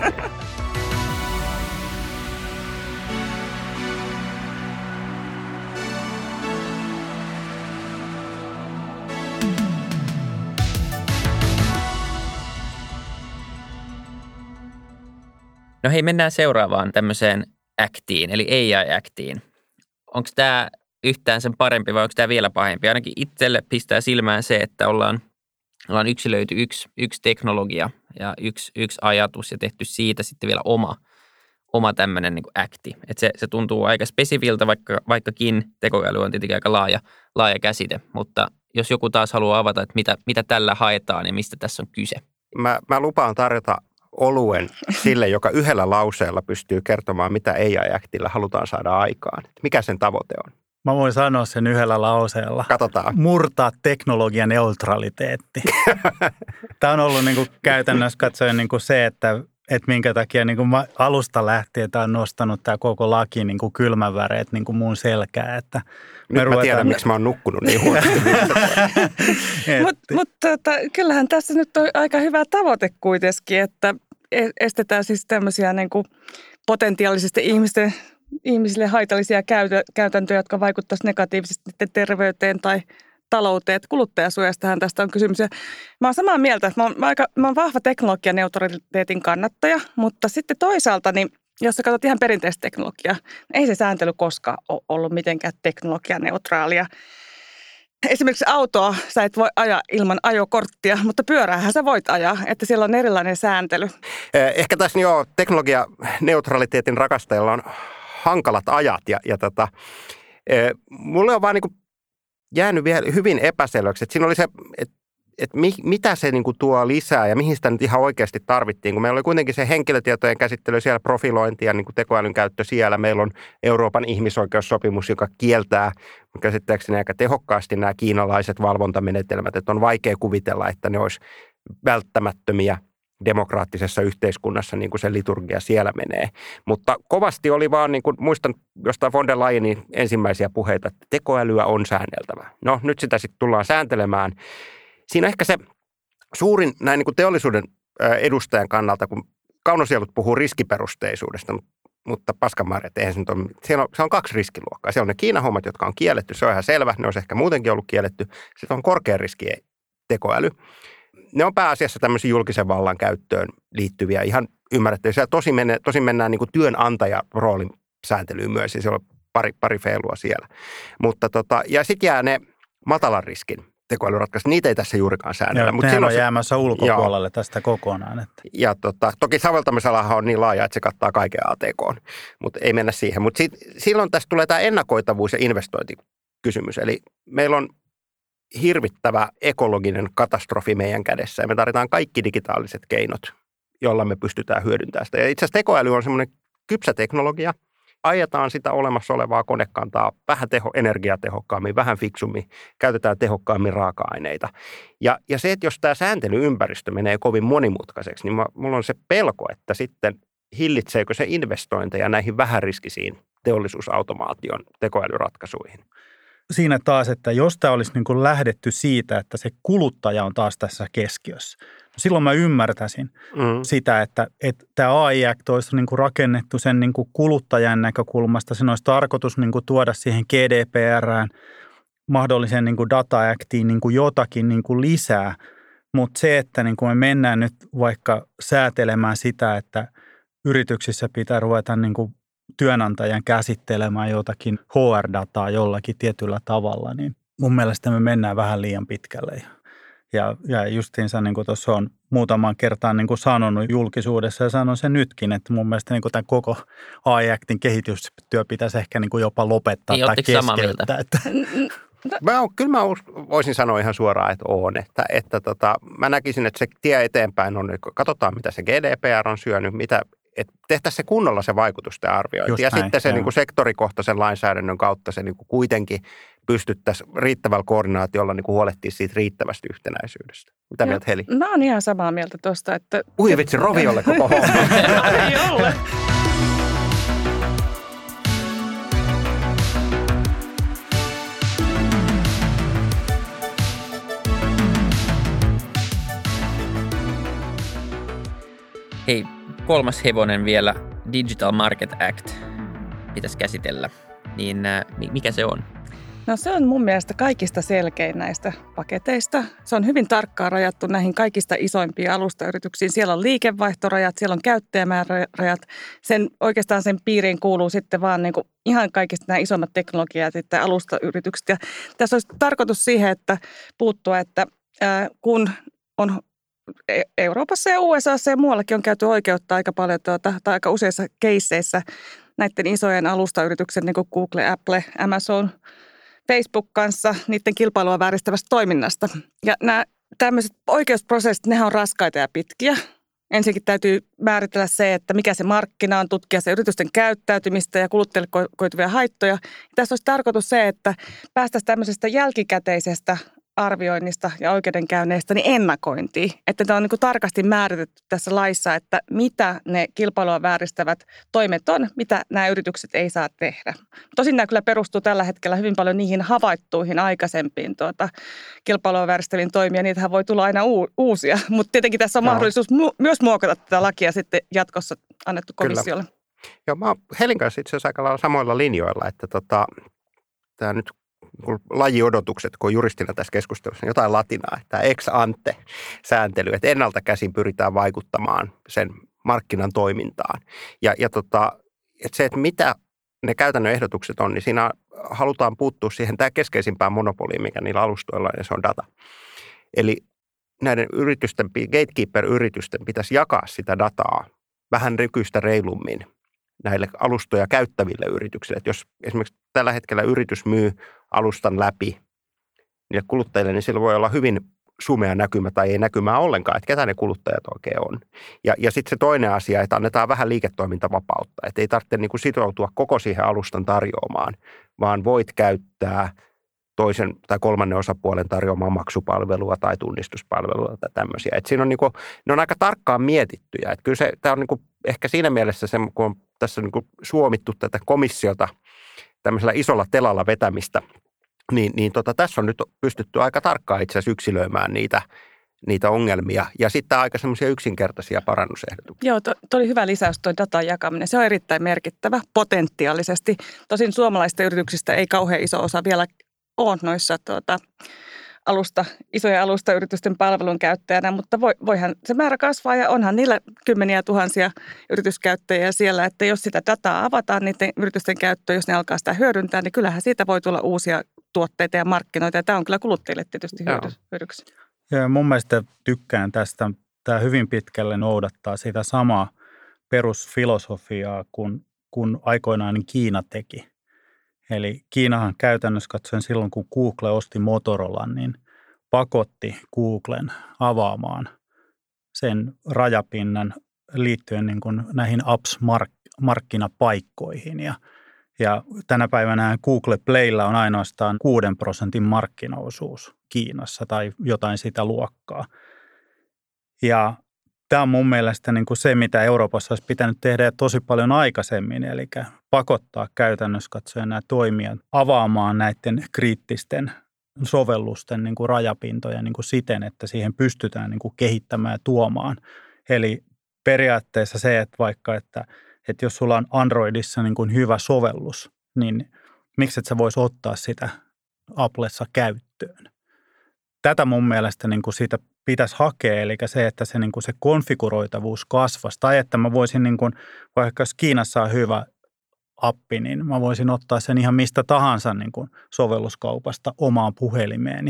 No hei, mennään seuraavaan tämmöiseen actiin, eli A I-actiin. Onko tämä yhtään sen parempi vai onko tämä vielä pahempi? Ainakin itselle pistää silmään se, että ollaan, ollaan yksilöity yksi, yksi teknologia ja yksi, yksi ajatus ja tehty siitä sitten vielä oma, oma tämmöinen niin kuin acti. Et se, se tuntuu aika spesifiltä, vaikka, vaikkakin tekoäly on tietenkin aika laaja, laaja käsite, mutta jos joku taas haluaa avata, että mitä, mitä tällä haetaan ja mistä tässä on kyse. Mä, mä lupaan tarjota oluen sille, joka yhdellä lauseella pystyy kertomaan, mitä A I-actilla halutaan saada aikaan. Mikä sen tavoite on? Mä voin sanoa sen yhdellä lauseella. Katsotaan. Murtaa teknologian neutraliteetti. Tämä on ollut niin kuin käytännössä katsoen niin kuin se, että, että minkä takia niin kuin alusta lähtien tämä on nostanut tämä koko laki niin kuin kylmäväreet niin kuin mun selkää. Että nyt mä ruvetaan... tiedän, miksi mä oon nukkunut niin huonosti. Mutta mut, tota, kyllähän tässä nyt on aika hyvä tavoite kuitenkin, että estetään siis tämmöisiä niin kuin potentiaalisesti ihmisten, ihmisille haitallisia käytäntöjä, jotka vaikuttaisivat negatiivisesti terveyteen tai talouteen. Kuluttajasuojastahan tästä on kysymys. Ja mä oon samaa mieltä, että mä oon, mä aika, mä oon vahva teknologianeutraliteetin kannattaja, mutta sitten toisaalta, niin jos sä katsot ihan perinteistä teknologiaa, ei se sääntely koskaan ole ollut mitenkään teknologianeutraalia. Esimerkiksi autoa sä et voi ajaa ilman ajokorttia, mutta pyöräähän sä voit ajaa, että siellä on erilainen sääntely. Ehkä tässä jo teknologianeutraliteetin rakastajilla on hankalat ajat ja, ja tota, mulle on vaan niin kuin jäänyt vielä hyvin epäselväksi, että siinä oli se, että että mi, mitä se niin kuin tuo lisää ja mihin sitä nyt ihan oikeasti tarvittiin, kun meillä oli kuitenkin se henkilötietojen käsittely siellä, profilointi ja niin kuin tekoälyn käyttö siellä. Meillä on Euroopan ihmisoikeussopimus, joka kieltää käsittääkseni aika tehokkaasti nämä kiinalaiset valvontamenetelmät, että on vaikea kuvitella, että ne olisi välttämättömiä demokraattisessa yhteiskunnassa, niin kuin se liturgia siellä menee. Mutta kovasti oli vaan, niin kuin muistan jostain von der Leyenin ensimmäisiä puheita, että tekoälyä on säänneltävä. No nyt sitä sitten tullaan sääntelemään. Siinä on ehkä se suurin näin niin kuin teollisuuden edustajan kannalta, kun kaunosielut puhuu riskiperusteisuudesta, mutta paskanmarjat, eihän se nyt ole. Siellä on, se on kaksi riskiluokkaa. Siellä on ne Kiinan hommat, jotka on kielletty, se on ihan selvä, ne olisi ehkä muutenkin ollut kielletty. Sitten on korkean riskien tekoäly. Ne on pääasiassa tämmöisiä julkisen vallan käyttöön liittyviä, ihan ymmärrettäviä. Siellä tosin, mennään, tosin mennään niin kuin työnantajaroolin sääntelyyn myös, ja siellä on pari, pari feilua siellä. Mutta tota, ja sitten jää ne matalan riskin tekoälyratkaisut, niitä ei tässä juurikaan säännellä. Mutta nehän on se, jäämässä ulkopuolelle joo. tästä kokonaan. Että. Ja tota, toki soveltamisalahan on niin laaja, että se kattaa kaiken A T K:n, mutta ei mennä siihen. Mutta silloin tässä tulee tämä ennakoitavuus ja investointikysymys. Eli meillä on hirvittävä ekologinen katastrofi meidän kädessä ja me tarvitaan kaikki digitaaliset keinot, joilla me pystytään hyödyntämään sitä. Ja itse asiassa tekoäly on semmoinen kypsä teknologia. Ajetaan sitä olemassa olevaa konekantaa vähän teho, energiatehokkaammin, vähän fiksummin, käytetään tehokkaammin raaka-aineita. Ja, ja se, että jos tämä sääntelyympäristö menee kovin monimutkaiseksi, niin mä, mulla on se pelko, että sitten hillitseekö se investointeja näihin vähäriskisiin teollisuusautomaation tekoälyratkaisuihin. Siinä taas, että jos tämä olisi niin kuin lähdetty siitä, että se kuluttaja on taas tässä keskiössä, no silloin mä ymmärtäisin mm. sitä, että, että tämä A I-act olisi niin kuin rakennettu sen niin kuin kuluttajan näkökulmasta. Sen olisi tarkoitus niin kuin tuoda siihen G D P R:ään mahdolliseen niin kuin Data Actiin niin kuin jotakin niin kuin lisää, mutta se, että niin kuin me mennään nyt vaikka säätelemään sitä, että yrityksissä pitää ruveta niin kuin työnantajan käsittelemään jotakin H R-dataa jollakin tietyllä tavalla, niin mun mielestä me mennään vähän liian pitkälle. Ja, ja justiinsa niin kuin tuossa on muutaman kertaan niin kuin sanonut julkisuudessa ja sanon sen nytkin, että mun mielestä niin kuin tämän koko A I Actin kehitystyö pitäisi ehkä niin kuin jopa lopettaa niin, tai keskeyttää. Että. Mä on, kyllä mä voisin sanoa ihan suoraan, että on. Että, että tota, mä näkisin, että se tie eteenpäin on, että katsotaan mitä se G D P R on syönyt, mitä, että tehtäisiin se kunnolla se vaikutusten arviointi. Just ja näin, sitten se niin kuin sektorikohtaisen lainsäädännön kautta se niin kuin kuitenkin pystyttäisiin riittävällä koordinaatiolla niin kuin huolehtia siitä riittävästä yhtenäisyydestä. Mitä ja, mieltä Heli? Mä oon ihan samaa mieltä tuosta, että... Ui vitsi, roviolle koko homma. Ei ole. Hei, kolmas hevonen vielä, Digital Market Act, pitäisi käsitellä. Niin äh, mikä se on? No se on mun mielestä kaikista selkein näistä paketeista. Se on hyvin tarkkaan rajattu näihin kaikista isoimpiin alustayrityksiin. Siellä on liikevaihtorajat, siellä on käyttäjämäärärajat. Sen, oikeastaan sen piiriin kuuluu sitten vaan niin kuin ihan kaikista nämä isommat teknologiat ja alustayritykset. Ja tässä olisi tarkoitus siihen, että puuttua, että äh, kun on Euroopassa ja U S A:ssa ja muuallakin on käyty oikeutta aika paljon tuota, tai aika useissa keisseissä näiden isojen alustayrityksen niin kuin Google, Apple, Amazon, Facebook kanssa niiden kilpailua vääristävästä toiminnasta. Ja nämä tämmöiset oikeusprosessit, nehän on raskaita ja pitkiä. Ensinnäkin täytyy määritellä se, että mikä se markkina on, tutkia se yritysten käyttäytymistä ja kuluttajille koituvia haittoja. Ja tässä olisi tarkoitus se, että päästäisiin tämmöisestä jälkikäteisestä arvioinnista ja oikeudenkäynneistä niin ennakointiin. Että tämä on niin kuin tarkasti määritetty tässä laissa, että mitä ne kilpailua vääristävät toimet on, mitä nämä yritykset ei saa tehdä. Tosin nämä kyllä perustuu tällä hetkellä hyvin paljon niihin havaittuihin aikaisempiin tuota, kilpailua vääristäviin toimia. Niitähän voi tulla aina u- uusia, mutta tietenkin tässä on no. mahdollisuus mu- myös muokata tätä lakia sitten jatkossa annettu komissiolle. Kyllä. Joo, mä oon Helin kanssa itse asiassa aika lailla samoilla linjoilla, että tota, tämä nyt lajiodotukset, kun on juristina tässä keskustelussa, niin jotain latinaa, että ex ante sääntely, että ennalta käsin pyritään vaikuttamaan sen markkinan toimintaan. Ja, ja tota, että se, että mitä ne käytännön ehdotukset on, niin siinä halutaan puuttua siihen tämä keskeisimpään monopoliin, mikä niillä alustoilla on, ja se on data. Eli näiden yritysten, gatekeeper-yritysten pitäisi jakaa sitä dataa vähän nykyistä reilummin näille alustoja käyttäville yrityksille. Että jos esimerkiksi tällä hetkellä yritys myy alustan läpi niille kuluttajille, niin sillä voi olla hyvin sumea näkymä tai ei näkymää ollenkaan, että ketä ne kuluttajat oikein on. Ja, ja sitten se toinen asia, että annetaan vähän liiketoimintavapautta, että ei tarvitse niin kuin sitoutua koko siihen alustan tarjoamaan, vaan voit käyttää toisen tai kolmannen osapuolen tarjoamaan maksupalvelua tai tunnistuspalvelua tai tämmöisiä. Että siinä on niin kuin, ne on aika tarkkaan mietittyjä. Että kyllä se, tämä on niin kuin ehkä siinä mielessä se, kun on tässä niin kuin suomittu tätä komissiota tämmöisellä isolla telalla vetämistä, niin, niin tota, tässä on nyt pystytty aika tarkkaan itse asiassa yksilöimään niitä, niitä ongelmia ja sitten aika semmoisia yksinkertaisia parannusehdotuksia. Joo, tuo oli hyvä lisäys tuo datan jakaminen. Se on erittäin merkittävä potentiaalisesti. Tosin suomalaisista yrityksistä ei kauhean iso osa vielä ole noissa tuota, alusta, isojen alustayritysten palvelun käyttäjänä, mutta voi, voihan se määrä kasvaa ja onhan niillä kymmeniä tuhansia yrityskäyttäjiä siellä, että jos sitä dataa avataan niiden yritysten käyttöön, jos ne alkaa sitä hyödyntää, niin kyllähän siitä voi tulla uusia tuotteita ja markkinoita ja tämä on kyllä kuluttajille tietysti hyödyksi. Ja mun mielestä tykkään tästä, tämä hyvin pitkälle noudattaa sitä samaa perusfilosofiaa kuin kun aikoinaan niin Kiina teki. Eli Kiinahan käytännössä katsoen silloin, kun Google osti Motorolan, niin pakotti Googlen avaamaan sen rajapinnan liittyen niin kuin näihin apps-markkinapaikkoihin. Ja, ja tänä päivänä Google Playlla on ainoastaan kuuden prosentin markkinaosuus Kiinassa tai jotain sitä luokkaa. Ja tämä on mun mielestä niin kuin se, mitä Euroopassa olisi pitänyt tehdä tosi paljon aikaisemmin, eli pakottaa käytännössä katsoen nämä toimijat avaamaan näiden kriittisten sovellusten niin kuin rajapintoja niin kuin siten, että siihen pystytään niin kuin kehittämään ja tuomaan. Eli periaatteessa se, että vaikka, että, että jos sulla on Androidissa niin kuin hyvä sovellus, niin miksi et sä voisi ottaa sitä Applessa käyttöön. Tätä mun mielestä niin kuin siitä pitäisi hakea, eli se, että se, niin kuin se konfiguroitavuus kasvaisi. Tai että mä voisin, niin kuin, vaikka jos Kiinassa on hyvä appi, niin mä voisin ottaa sen ihan mistä tahansa niin kuin sovelluskaupasta omaan puhelimeeni.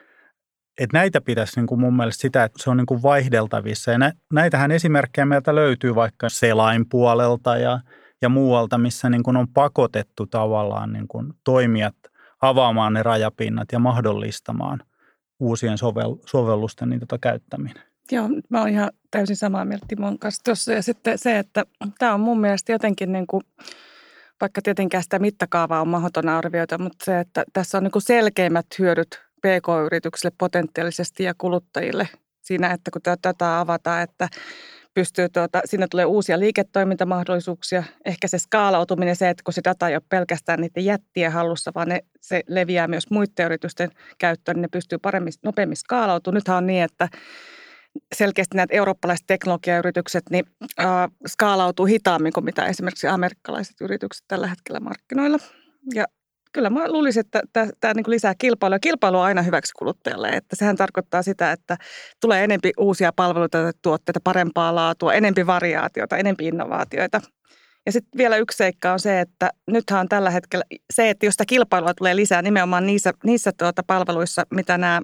Et näitä pitäisi niin kuin mun mielestä sitä, että se on niin kuin vaihdeltavissa. Ja näitähän esimerkkejä meiltä löytyy vaikka selain puolelta ja, ja muualta, missä niin kuin on pakotettu tavallaan niin kuin toimijat avaamaan ne rajapinnat ja mahdollistamaan uusien sovel- sovellusten niin tota käyttäminen. Joo, mä oon ihan täysin samaa mieltä Timon kanssa tuossa. Ja sitten se, että tämä on mun mielestä jotenkin niin kuin, vaikka tietenkään sitä mittakaavaa on mahdoton arvioida, mutta se, että tässä on niin kuin selkeimmät hyödyt P K-yrityksille potentiaalisesti ja kuluttajille siinä, että kun tätä dataa avataan, että pystyy tuota, siinä tulee uusia liiketoimintamahdollisuuksia. Ehkä se skaalautuminen, se, että kun se data ei ole pelkästään niiden jättien hallussa, vaan ne, se leviää myös muiden yritysten käyttöön, niin ne pystyy paremmin, nopeammin skaalautumaan. Nythän on niin, että selkeästi näitä eurooppalaiset teknologiayritykset niin, äh, skaalautuu hitaammin kuin mitä esimerkiksi amerikkalaiset yritykset tällä hetkellä markkinoilla. Ja kyllä mä luulisin, että tämä niin lisää kilpailua. Kilpailu on aina hyväksi kuluttajalle, että sehän tarkoittaa sitä, että tulee enempi uusia palveluita ja tuotteita, parempaa laatua, enempi variaatiota, enempi innovaatioita. Ja sitten vielä yksi seikka on se, että nythän on tällä hetkellä se, että jos sitä kilpailua tulee lisää nimenomaan niissä, niissä tuota palveluissa, mitä nämä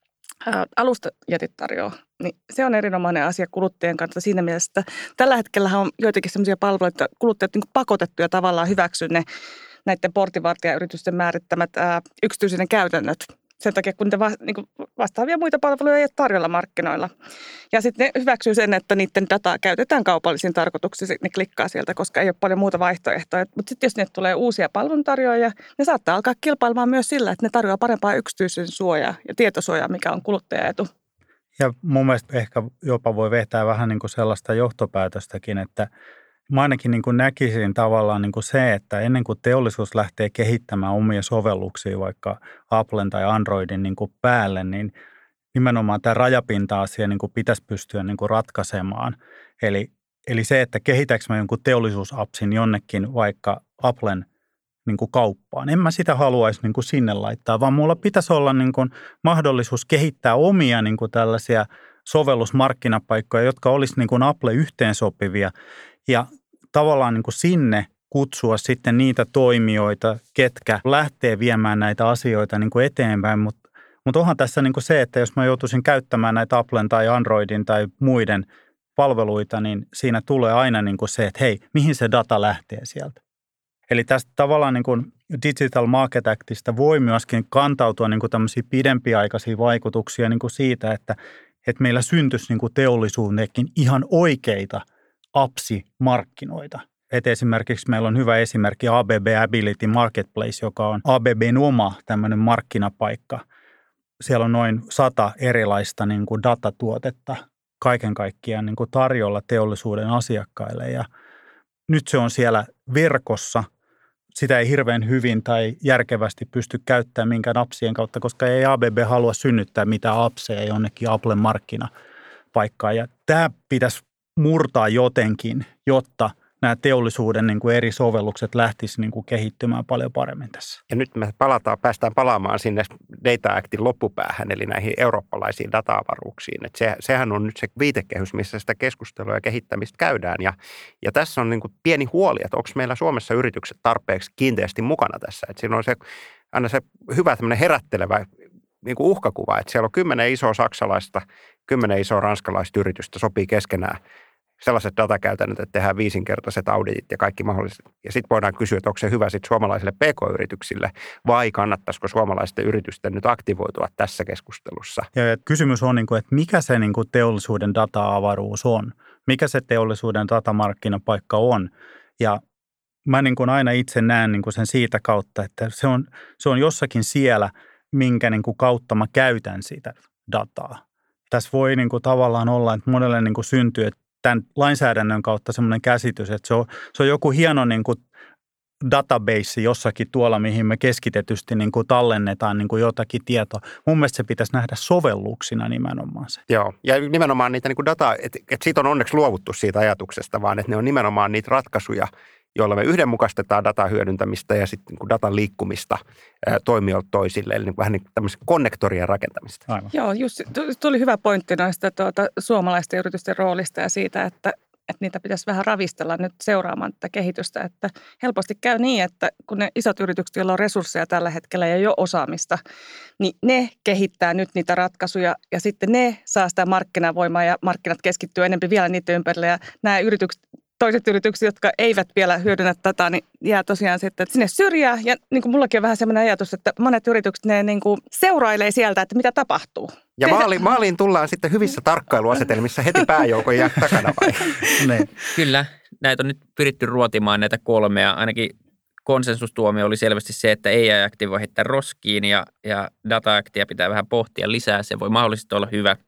alustajätit tarjoaa, niin se on erinomainen asia kuluttajien kannalta siinä mielessä, että tällä hetkellä on joitakin sellaisia palveluita, että kuluttajat niin pakotettuja tavallaan hyväksyä ne näiden portinvartijayritysten määrittämät ää, yksityisyyden käytännöt. Sen takia, kun niitä va, niin vastaavia muita palveluja ei ole tarjolla markkinoilla. Ja sitten ne hyväksyy sen, että niiden dataa käytetään kaupallisiin tarkoituksiin, ne klikkaa sieltä, koska ei ole paljon muuta vaihtoehtoja. Mutta sitten jos ne tulee uusia palveluntarjoajia, ne saattaa alkaa kilpailemaan myös sillä, että ne tarjoaa parempaa yksityisyyden suojaa ja tietosuojaa, mikä on kuluttajaetu. Ja mun mielestä ehkä jopa voi vehtää vähän niin kuin sellaista johtopäätöstäkin, että mä ainakin niin kuin näkisin tavallaan niin kuin se, että ennen kuin teollisuus lähtee kehittämään omia sovelluksia vaikka Applen tai Androidin niin kuin päälle, niin nimenomaan tämä rajapinta-asia niin kuin pitäisi pystyä niin kuin ratkaisemaan. Eli, eli se, että kehitäkö mä jonkun teollisuusapsin jonnekin vaikka Applen niin kuin kauppaan. En mä sitä haluaisi niin kuin sinne laittaa, vaan mulla pitäisi olla niin kuin mahdollisuus kehittää omia niin kuin tällaisia sovellusmarkkinapaikkoja, jotka olisi niin kuin Apple yhteensopivia. Ja tavallaan niin kuin sinne kutsua sitten niitä toimijoita, ketkä lähtee viemään näitä asioita niin kuin eteenpäin. Mutta mut onhan tässä niin kuin se, että jos mä joutuisin käyttämään näitä Applen tai Androidin tai muiden palveluita, niin siinä tulee aina niin kuin se, että hei, mihin se data lähtee sieltä. Eli tästä tavallaan niin kuin Digital Market Actista voi myöskin kantautua niin kuin tämmöisiä pidempiaikaisia vaikutuksia niin kuin siitä, että, että meillä syntyisi niin kuin teollisuudenkin ihan oikeita appsi-markkinoita. Et esimerkiksi meillä on hyvä esimerkki A B B Ability Marketplace, joka on A B B:n oma tämmöinen markkinapaikka. Siellä on noin sata erilaista niin kuin datatuotetta kaiken kaikkiaan niin kuin tarjolla teollisuuden asiakkaille. Ja nyt se on siellä verkossa. Sitä ei hirveän hyvin tai järkevästi pysty käyttämään minkään appsien kautta, koska ei A B B halua synnyttää mitään appseja jonnekin Applen markkinapaikkaan. Ja tämä pitäisi murtaa jotenkin, jotta nämä teollisuuden niin kuin eri sovellukset lähtisivät niin kuin kehittymään paljon paremmin tässä. Ja nyt me palataan, päästään palaamaan sinne Data Actin loppupäähän, eli näihin eurooppalaisiin data-avaruuksiin. Että se, sehän on nyt se viitekehys, missä sitä keskustelua ja kehittämistä käydään. Ja, ja tässä on niin kuin pieni huoli, että onko meillä Suomessa yritykset tarpeeksi kiinteästi mukana tässä. Että siinä on se, aina se hyvä tämmöinen herättelevä niin kuin uhkakuva, että siellä on kymmenen isoa saksalaista, kymmenen isoa ranskalaista yritystä sopii keskenään sellaiset datakäytännöt, että tehdään viisinkertaiset auditit ja kaikki mahdolliset. Ja sitten voidaan kysyä, että onko se hyvä sitten suomalaisille P K-yrityksille vai kannattaisiko suomalaisten yritysten nyt aktivoitua tässä keskustelussa? Ja kysymys on, että mikä se teollisuuden data-avaruus on? Mikä se teollisuuden datamarkkinapaikka on? Ja mä niin kuin aina itse näen niin kuin sen siitä kautta, että se on, se on jossakin siellä, minkä niin kuin kautta mä käytän sitä dataa. Tässä voi niin kuin tavallaan olla, että monelle niin kuin syntyy, että tämän lainsäädännön kautta semmoinen käsitys, että se on, se on joku hieno niin kuin database jossakin tuolla, mihin me keskitetysti niin kuin tallennetaan niin kuin jotakin tietoa. Mun mielestä se pitäisi nähdä sovelluksina nimenomaan se. Joo, ja nimenomaan niitä niin kuin dataa, että, että siitä on onneksi luovuttu siitä ajatuksesta, vaan että ne on nimenomaan niitä ratkaisuja, joilla me yhdenmukaistetaan datan hyödyntämistä ja sitten niin kuin datan liikkumista ää, toimijoilta toisille, eli niin vähän niin kuin tämmöisen konnektorien rakentamista. Aivan. Joo, just tuli hyvä pointti noista tuota, suomalaisten yritysten roolista ja siitä, että että niitä pitäisi vähän ravistella nyt seuraamaan tätä kehitystä, että helposti käy niin, että kun ne isot yritykset, joilla on resursseja tällä hetkellä ja jo osaamista, niin ne kehittää nyt niitä ratkaisuja ja sitten ne saa sitä markkinavoimaa ja markkinat keskittyy enemmän vielä niiden ympärille ja nämä yritykset, toiset yritykset, jotka eivät vielä hyödynnä tätä, niin jää tosiaan sitten sinne syrjään. Ja niin kuin mullakin on vähän sellainen ajatus, että monet yritykset ne niin kuin seurailee sieltä, että mitä tapahtuu. Ja maaliin, maaliin tullaan sitten hyvissä tarkkailuasetelmissa heti pääjoukon ja takana vai? Ne. Kyllä, näitä on nyt pyritty ruotimaan näitä kolmea. Ainakin konsensustuomio oli selvästi se, että A I-akti voi heittää roskiin ja, ja data-aktia pitää vähän pohtia lisää. Se voi mahdollisesti olla hyvä.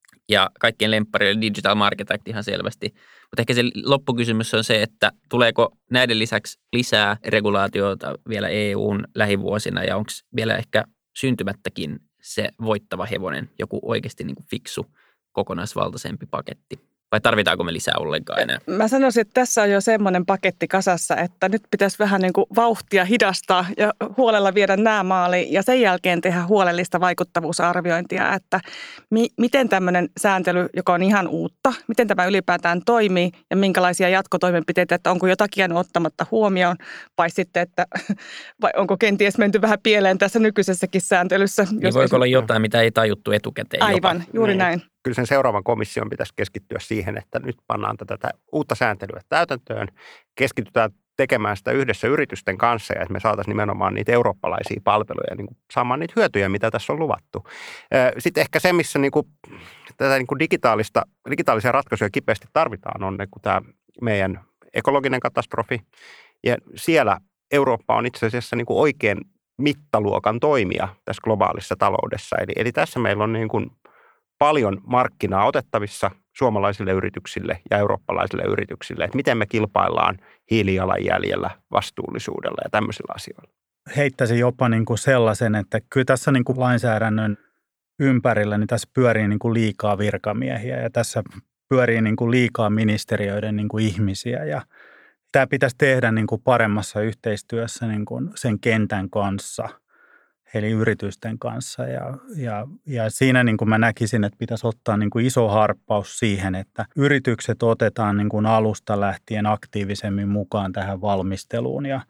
Ja kaikkien lemppari oli Digital Market Act ihan selvästi. Mutta ehkä se loppukysymys on se, että tuleeko näiden lisäksi lisää regulaatioita vielä E U:n lähivuosina ja onko vielä ehkä syntymättäkin se voittava hevonen, joku oikeasti niin kuin fiksu, kokonaisvaltaisempi paketti? Vai tarvitaanko me lisää ollenkaan enää? Mä sanoisin, että tässä on jo semmoinen paketti kasassa, että nyt pitäisi vähän niin kuin vauhtia hidastaa ja huolella viedä nämä maaliin ja sen jälkeen tehdä huolellista vaikuttavuusarviointia, että mi- miten tämmöinen sääntely, joka on ihan uutta, miten tämä ylipäätään toimii ja minkälaisia jatkotoimenpiteitä, että onko jotakin jäänyt ottamatta huomioon vai sitten, että vai onko kenties menty vähän pieleen tässä nykyisessäkin sääntelyssä. Niin voiko esim... olla jotain, mitä ei tajuttu etukäteen? Aivan, jopa. juuri niin. näin. Kyllä sen seuraavan komission pitäisi keskittyä siihen, että nyt pannaan tätä uutta sääntelyä täytäntöön, keskitytään tekemään sitä yhdessä yritysten kanssa ja että me saataisiin nimenomaan niitä eurooppalaisia palveluja niin kuin saamaan niitä hyötyjä, mitä tässä on luvattu. Sitten ehkä se, missä niin kuin, tätä niin kuin digitaalista, digitaalisia ratkaisuja kipeästi tarvitaan, on niin kuin tämä meidän ekologinen katastrofi ja siellä Eurooppa on itse asiassa niin kuin oikein mittaluokan toimija tässä globaalissa taloudessa. Eli, eli tässä meillä on niin kuin paljon markkinaa otettavissa suomalaisille yrityksille ja eurooppalaisille yrityksille, että miten me kilpaillaan hiilijalanjäljellä, vastuullisuudella ja tämmöisillä asioilla. Heittäisin jopa niin kuin sellaisen, että kyllä tässä niin kuin lainsäädännön ympärillä niin tässä pyörii niin kuin liikaa virkamiehiä ja tässä pyörii niin kuin liikaa ministeriöiden niin kuin ihmisiä ja tämä pitäisi tehdä niin kuin paremmassa yhteistyössä niin kuin sen kentän kanssa, eli yritysten kanssa. Ja, ja, ja siinä niin kuin mä näkisin, että pitäisi ottaa niin kuin iso harppaus siihen, että yritykset otetaan niin kuin alusta lähtien aktiivisemmin mukaan tähän valmisteluun. Ja,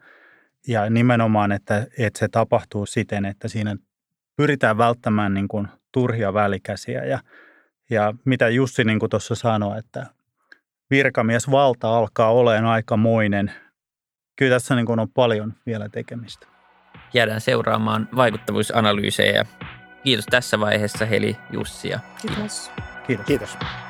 ja nimenomaan, että, että se tapahtuu siten, että siinä pyritään välttämään niin kuin turhia välikäsiä. Ja, ja mitä Jussi niin kuin tuossa sanoi, että virkamiesvalta alkaa olemaan aikamoinen. Kyllä tässä niin kuin on paljon vielä tekemistä. Jäädään seuraamaan vaikuttavuusanalyysejä. Kiitos tässä vaiheessa Heli, Jussi ja Kiitos. Kiitos. Kiitos.